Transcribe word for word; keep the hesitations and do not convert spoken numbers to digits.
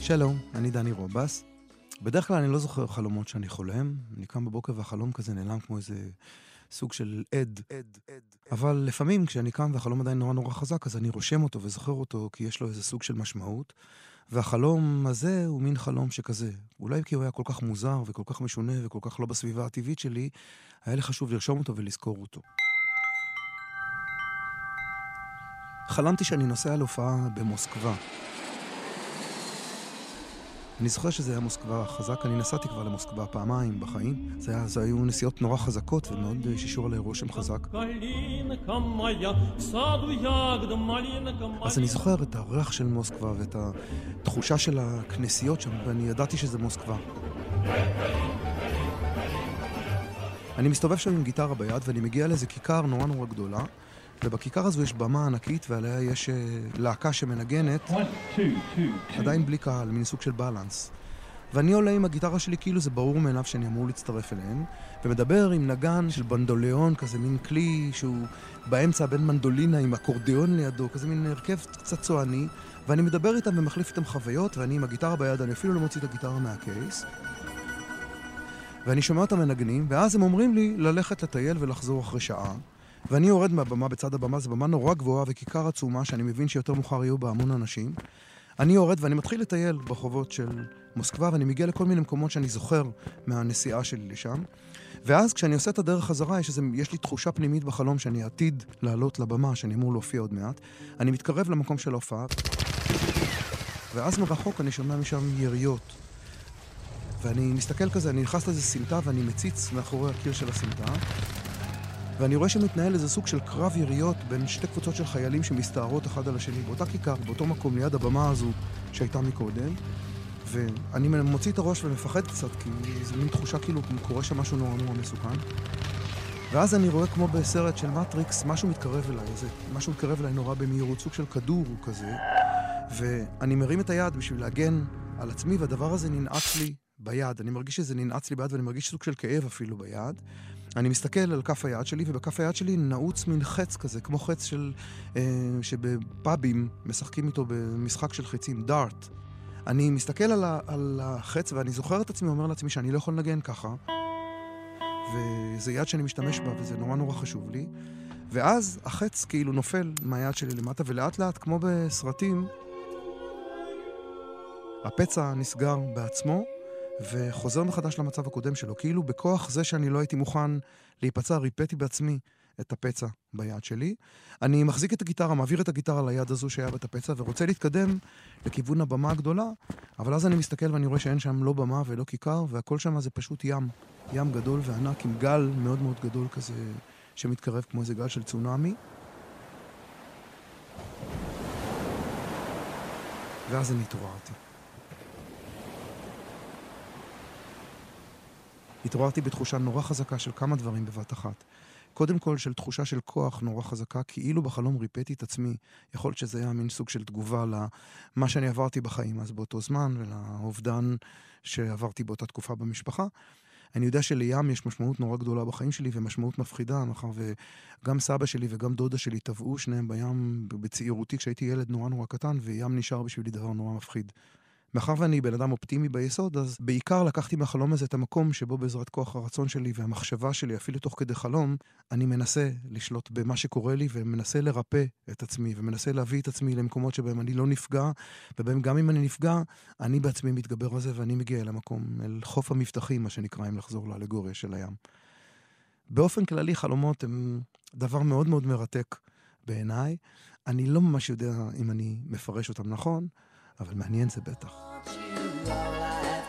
שלום, אני דני רובס. בדרך כלל אני לא זוכר חלומות שאני חולם. אני קם בבוקר והחלום כזה נעלם כמו איזה סוג של עד. אבל לפעמים כשאני קם והחלום עדיין נורא נורא חזק, אז אני רושם אותו וזוכר אותו כי יש לו איזה סוג של משמעות. והחלום הזה הוא מין חלום שכזה. אולי כי הוא היה כל כך מוזר וכל כך משונה וכל כך לא בסביבה הטבעית שלי, היה לי חשוב לרשום אותו ולזכור אותו. חלמתי שאני נוסע על הופעה במוסקבה. אני זוכר שזה היה מוסקבה חזק, אני נסעתי כבר למוסקבה פעמיים בחיים. זה, היה, זה היו נסיעות נורא חזקות ומאוד שישור עלי רושם חזק. אז אני זוכר את הריח של מוסקבה ואת התחושה של הכנסיות שם, ואני ידעתי שזה מוסקבה. אני מסתובב שם עם גיטרה ביד ואני מגיע לאיזה כיכר נורא נורא גדולה, ובכיכר הזו יש במה ענקית ועליה יש להקה שמנגנת, עדיין בלי קהל, מין סוג של בלנס. ואני עולה עם הגיטרה שלי כאילו זה ברור מאליו שאני אמור להצטרף אליהם, ומדבר עם נגן של בנדוליון, כזה מין כלי שהוא באמצע בין מנדולינה עם אקורדיון לידו, כזה מין הרכב קצת צועני, ואני מדבר איתם ומחליף איתם חוויות, ואני עם הגיטרה ביד, אני אפילו לא מוציא את הגיטרה מהקייס, ואני שומע אותם מנגנים, ואז הם אומרים לי ללכת לטייל ולחזור אחרי שעה. ואני יורד מהבמה בצד הבמה, זו במה נורא גבוהה וכיכר עצומה, שאני מבין שיותר מאוחר יהיו בה המון אנשים. אני יורד ואני מתחיל לטייל ברחובות של מוסקבה, ואני מגיע לכל מיני מקומות שאני זוכר מהנסיעה שלי לשם. ואז כשאני עושה את הדרך חזרה, יש, איזה, יש לי תחושה פנימית בחלום שאני עתיד לעלות לבמה, שאני אמור להופיע עוד מעט. אני מתקרב למקום של ההופעה, ואז מרחוק אני שומע משם יריות. ואני מסתכל כזה, אני נכנס לזה סמטה, ואני מציץ מאחורי הקיר של הסמטה. ואני רואה שמתנהל איזה סוג של קרב יריות בין שתי קבוצות של חיילים שמסתערות אחד על השני באותה כיכר, באותו מקום ליד הבמה הזו שהייתה מקודם. ואני מוציא את הראש ומפחד קצת, כי זו מין תחושה כאילו קורה שם משהו נורא נורא מסוכן. ואז אני רואה כמו בסרט של מטריקס, משהו מתקרב אליי, איזה, משהו מתקרב אליי נורא במהירות, סוג של כדור כזה. ואני מרים את היד בשביל להגן על עצמי, והדבר הזה ננעץ לי ביד. אני מרגיש שזה ננעץ לי ביד, ואני מרגיש סוג של כאב אפילו ביד. אני מסתכל על כף היד שלי, ובכף היד שלי נעוץ מין חץ כזה, כמו חץ של, אה, שבפאבים משחקים איתו במשחק של חצים, דארט. אני מסתכל על, ה, על החץ, ואני זוכר את עצמי, אומר לעצמי שאני לא יכול לנגן ככה, וזה יד שאני משתמש בה, וזה נורא נורא חשוב לי. ואז החץ כאילו נופל מהיד שלי למטה, ולאט לאט, כמו בסרטים, הפצע נסגר בעצמו, וחוזר מחדש למצב הקודם שלו. כאילו בכוח זה שאני לא הייתי מוכן להיפצע, ריפאתי בעצמי את הפצע ביד שלי. אני מחזיק את הגיטרה, מעביר את הגיטרה ליד הזו שהיה בת הפצע, ורוצה להתקדם לכיוון הבמה הגדולה, אבל אז אני מסתכל ואני רואה שאין שם לא במה ולא כיכר, והכל שם זה פשוט ים. ים גדול וענק עם גל מאוד מאוד גדול כזה, שמתקרב כמו איזה גל של צונאמי. ואז אני התעוררתי. התעוררתי בתחושה נורא חזקה של כמה דברים בבת אחת. קודם כל של תחושה של כוח נורא חזקה, כאילו בחלום ריפאתי את עצמי. יכול להיות שזה היה מין סוג של תגובה למה שאני עברתי בחיים אז באותו זמן, ולאובדן שעברתי באותה תקופה במשפחה. אני יודע שלים יש משמעות נורא גדולה בחיים שלי, ומשמעות מפחידה, מאחר וגם סבא שלי וגם דודה שלי טבעו שניהם בים בצעירותי כשהייתי ילד נורא נורא קטן, וים נשאר בשבילי דבר נורא מפחיד. מאחר ואני בן אדם אופטימי ביסוד, אז בעיקר לקחתי מהחלום הזה את המקום שבו בעזרת כוח הרצון שלי והמחשבה שלי, אפילו תוך כדי חלום, אני מנסה לשלוט במה שקורה לי, ומנסה לרפא את עצמי, ומנסה להביא את עצמי למקומות שבהם אני לא נפגע, ובהם גם אם אני נפגע, אני בעצמי מתגבר על זה, ואני מגיע אל המקום, אל חוף המבטחים, מה שנקרא, אם לחזור לאלגוריה של הים. באופן כללי, חלומות הם דבר מאוד מאוד מרתק בעיניי. אני לא ממש יודע אם אני מפרש אותם נכון, אבל מעניין זה בטח.